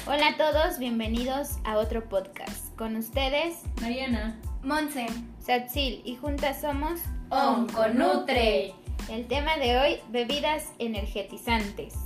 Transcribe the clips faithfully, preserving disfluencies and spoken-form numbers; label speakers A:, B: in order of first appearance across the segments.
A: Hola a todos, bienvenidos a otro podcast. Con ustedes,
B: Mariana,
C: Monse,
A: Satsil, y juntas somos
C: Onconutre.
A: El tema de hoy, bebidas energetizantes.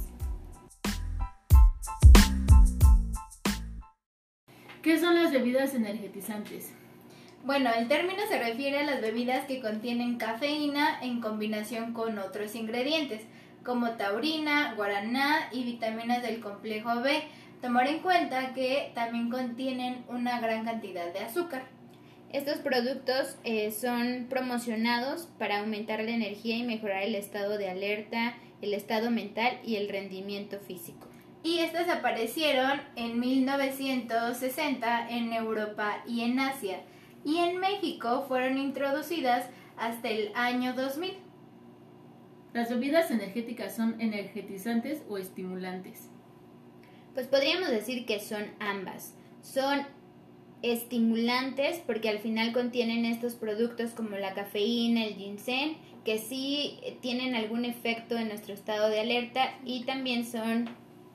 B: ¿Qué son las bebidas energetizantes?
C: Bueno, el término se refiere a las bebidas que contienen cafeína en combinación con otros ingredientes, como taurina, guaraná y vitaminas del complejo B. Tomar en cuenta que también contienen una gran cantidad de azúcar.
A: Estos productos eh, son promocionados para aumentar la energía y mejorar el estado de alerta, el estado mental y el rendimiento físico.
C: Y estas aparecieron en mil novecientos sesenta en Europa y en Asia, y en México fueron introducidas hasta el año dos mil.
B: ¿Las bebidas energéticas son energetizantes o estimulantes?
A: Pues podríamos decir que son ambas. Son estimulantes porque al final contienen estos productos como la cafeína, el ginseng, que sí tienen algún efecto en nuestro estado de alerta, y también son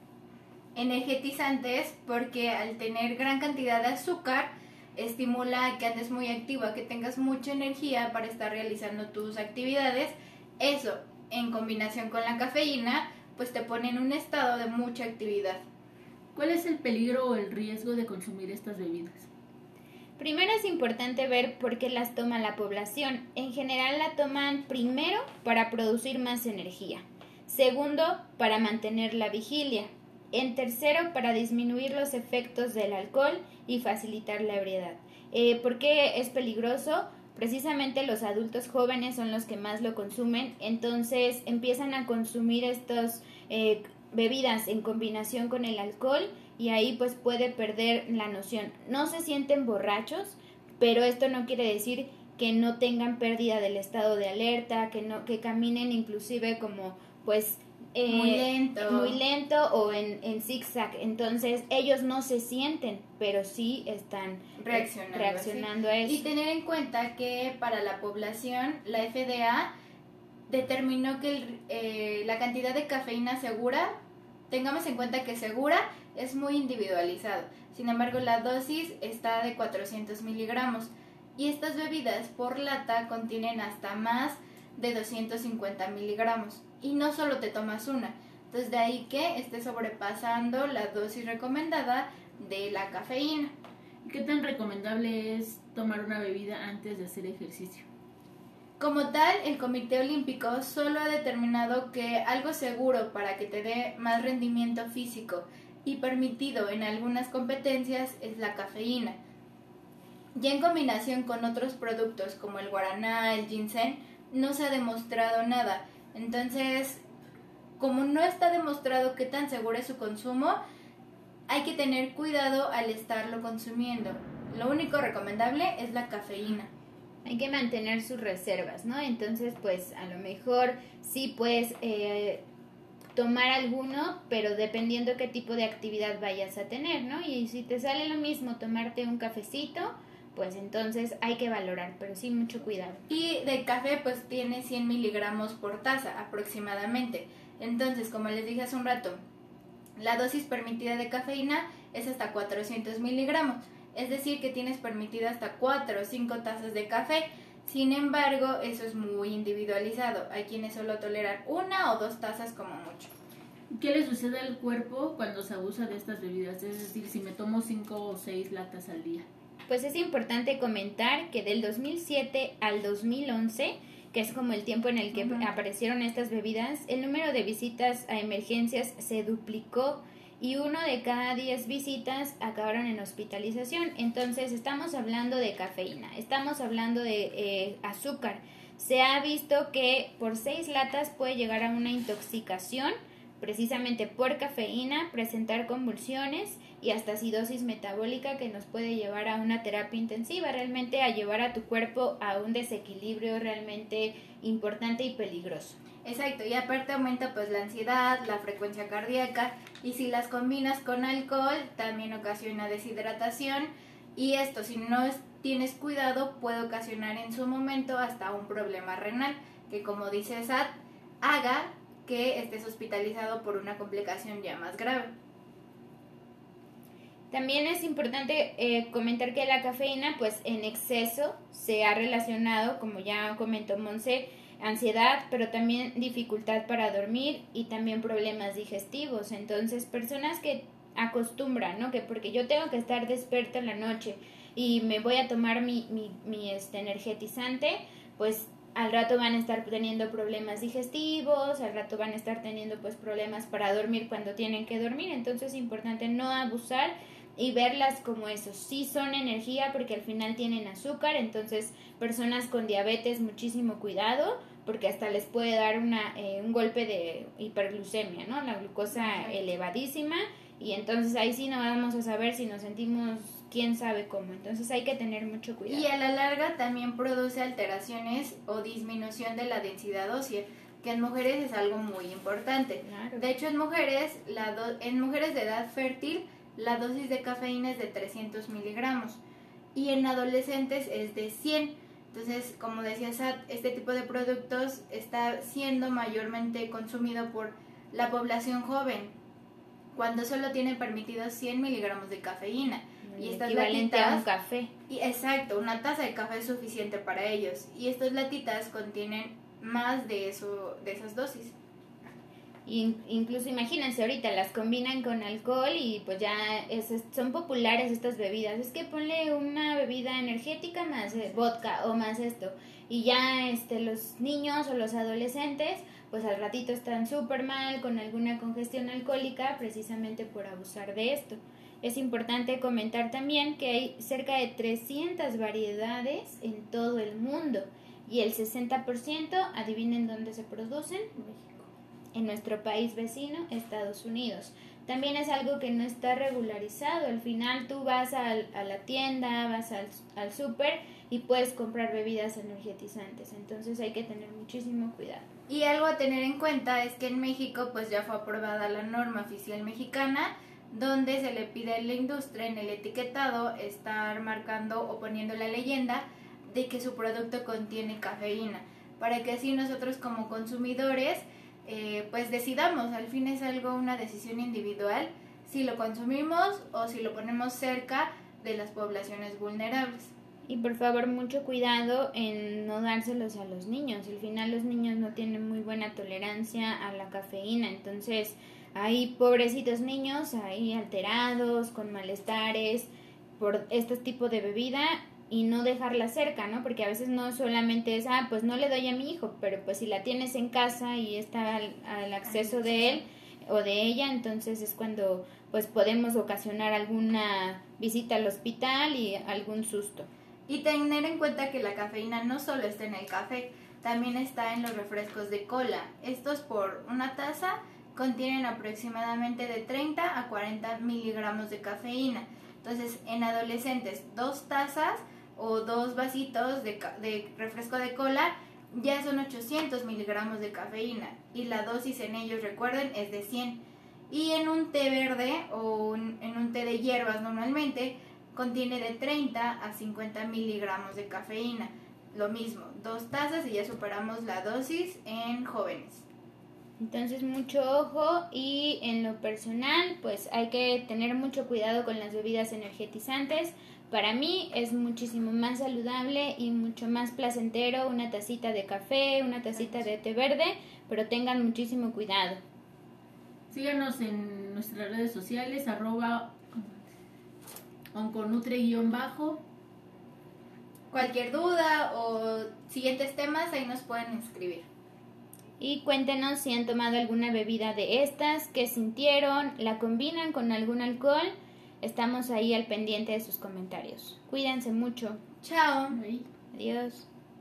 C: energetizantes porque al tener gran cantidad de azúcar estimula a que andes muy activo, a que tengas mucha energía para estar realizando tus actividades. Eso, en combinación con la cafeína, pues te pone en un estado de mucha actividad.
B: ¿Cuál es el peligro o el riesgo de consumir estas bebidas?
A: Primero es importante ver por qué las toma la población. En general la toman primero para producir más energía, segundo para mantener la vigilia, en tercero para disminuir los efectos del alcohol y facilitar la ebriedad. Eh, ¿Por qué es peligroso? Precisamente los adultos jóvenes son los que más lo consumen, entonces empiezan a consumir estas eh, bebidas en combinación con el alcohol y ahí pues puede perder la noción. No se sienten borrachos, pero esto no quiere decir que no tengan pérdida del estado de alerta, que no que caminen inclusive como pues
C: eh, muy lento,
A: muy lento o en, en zigzag. Entonces ellos no se sienten, pero sí están
C: reaccionando,
A: reaccionando a eso.
C: Y tener en cuenta que para la población la F D A determinó que el, eh, la cantidad de cafeína segura, tengamos en cuenta que segura es muy individualizado. Sin embargo, la dosis está de cuatrocientos miligramos y estas bebidas por lata contienen hasta más de doscientos cincuenta miligramos y no solo te tomas una. Entonces de ahí que esté sobrepasando la dosis recomendada de la cafeína.
B: ¿Qué tan recomendable es tomar una bebida antes de hacer ejercicio?
C: Como tal, el Comité Olímpico solo ha determinado que algo seguro para que te dé más rendimiento físico y permitido en algunas competencias es la cafeína. Ya en combinación con otros productos como el guaraná, el ginseng, no se ha demostrado nada. Entonces, como no está demostrado qué tan seguro es su consumo, hay que tener cuidado al estarlo consumiendo. Lo único recomendable es la cafeína.
A: Hay que mantener sus reservas, ¿no? Entonces, pues, a lo mejor sí puedes eh, tomar alguno, pero dependiendo qué tipo de actividad vayas a tener, ¿no? Y si te sale lo mismo tomarte un cafecito, pues entonces hay que valorar, pero sí mucho cuidado.
C: Y de café, pues, tiene cien miligramos por taza, aproximadamente. Entonces, como les dije hace un rato, la dosis permitida de cafeína es hasta cuatrocientos miligramos. Es decir, que tienes permitido hasta cuatro o cinco tazas de café. Sin embargo, eso es muy individualizado. Hay quienes solo toleran una o dos tazas como mucho.
B: ¿Qué le sucede al cuerpo cuando se abusa de estas bebidas? Es decir, si me tomo cinco o seis latas al día.
A: Pues es importante comentar que del dos mil siete al dos mil once, que es como el tiempo en el que uh-huh. aparecieron estas bebidas, el número de visitas a emergencias se duplicó y uno de cada diez visitas acabaron en hospitalización. Entonces estamos hablando de cafeína, estamos hablando de eh, azúcar. Se ha visto que por seis latas puede llegar a una intoxicación precisamente por cafeína, presentar convulsiones y hasta acidosis metabólica que nos puede llevar a una terapia intensiva, realmente a llevar a tu cuerpo a un desequilibrio realmente importante y peligroso.
C: Exacto, y aparte aumenta pues la ansiedad, la frecuencia cardíaca, y si las combinas con alcohol también ocasiona deshidratación, y esto si no es, tienes cuidado puede ocasionar en su momento hasta un problema renal, que como dice Sat, haga que estés hospitalizado por una complicación ya más grave.
A: También es importante eh, comentar que la cafeína, pues en exceso, se ha relacionado, como ya comentó Monse, ansiedad, pero también dificultad para dormir y también problemas digestivos. Entonces, personas que acostumbran, ¿no? Que porque yo tengo que estar despierta en la noche y me voy a tomar mi, mi, mi este, energetizante, pues al rato van a estar teniendo problemas digestivos, al rato van a estar teniendo pues problemas para dormir cuando tienen que dormir. Entonces es importante no abusar y verlas como eso, sí son energía porque al final tienen azúcar. Entonces personas con diabetes, muchísimo cuidado porque hasta les puede dar una eh, un golpe de hiperglucemia, ¿no? La glucosa elevadísima, y entonces ahí sí no vamos a saber si nos sentimos quién sabe cómo. Entonces hay que tener mucho cuidado.
C: Y a la larga también produce alteraciones o disminución de la densidad ósea, que en mujeres es algo muy importante.
A: Claro.
C: De hecho, en mujeres, la do- en mujeres de edad fértil, la dosis de cafeína es de trescientos miligramos y en adolescentes es de cien. Entonces, como decía Sat, este tipo de productos está siendo mayormente consumido por la población joven, cuando solo tienen permitidos cien miligramos de cafeína.
A: El
C: Y estas
A: equivalente
C: latitas,
A: a un café.
C: y exacto, una taza de café es suficiente para ellos. Y estas latitas contienen más de eso, de esas dosis.
A: In- incluso imagínense, ahorita las combinan con alcohol y pues ya es, es- son populares estas bebidas. Es que ponle una bebida energética más eh, vodka o más esto. Y ya este los niños o los adolescentes pues al ratito están súper mal con alguna congestión alcohólica precisamente por abusar de esto. Es importante comentar también que hay cerca de trescientas variedades en todo el mundo y el sesenta por ciento, adivinen dónde se producen, en nuestro país vecino, Estados Unidos. También es algo que no está regularizado. Al final tú vas al, a la tienda, vas al, al súper y puedes comprar bebidas energetizantes. Entonces hay que tener muchísimo cuidado.
C: Y algo a tener en cuenta es que en México pues ya fue aprobada la norma oficial mexicana, donde se le pide a la industria en el etiquetado estar marcando o poniendo la leyenda de que su producto contiene cafeína, para que así nosotros como consumidores eh, pues decidamos. Al fin es algo, una decisión individual, si lo consumimos o si lo ponemos cerca de las poblaciones vulnerables.
A: Y por favor, mucho cuidado en no dárselos a los niños. Al final los niños no tienen muy buena tolerancia a la cafeína. Entonces hay pobrecitos niños ahí alterados, con malestares por este tipo de bebida, y no dejarla cerca, ¿no? Porque a veces no solamente es, ah, pues no le doy a mi hijo, pero pues si la tienes en casa y está al, al acceso de él o de ella, entonces es cuando pues podemos ocasionar alguna visita al hospital y algún susto.
C: Y tener en cuenta que la cafeína no solo está en el café, también está en los refrescos de cola. Estos por una taza contienen aproximadamente de treinta a cuarenta miligramos de cafeína. Entonces, en adolescentes, dos tazas o dos vasitos de, de refresco de cola ya son ochocientos miligramos de cafeína. Y la dosis en ellos, recuerden, es de cien. Y en un té verde o un, en un té de hierbas normalmente contiene de treinta a cincuenta miligramos de cafeína. Lo mismo, dos tazas y ya superamos la dosis en jóvenes.
A: Entonces mucho ojo, y en lo personal pues hay que tener mucho cuidado con las bebidas energetizantes. Para mí es muchísimo más saludable y mucho más placentero una tacita de café, una tacita de té verde, pero tengan muchísimo cuidado.
B: Síganos en nuestras redes sociales, arroba onconutre-bajo.
C: Cualquier duda o siguientes temas, ahí nos pueden escribir.
A: Y cuéntenos si han tomado alguna bebida de estas, qué sintieron, la combinan con algún alcohol. Estamos ahí al pendiente de sus comentarios. Cuídense mucho.
C: Chao.
B: Ahí.
A: Adiós.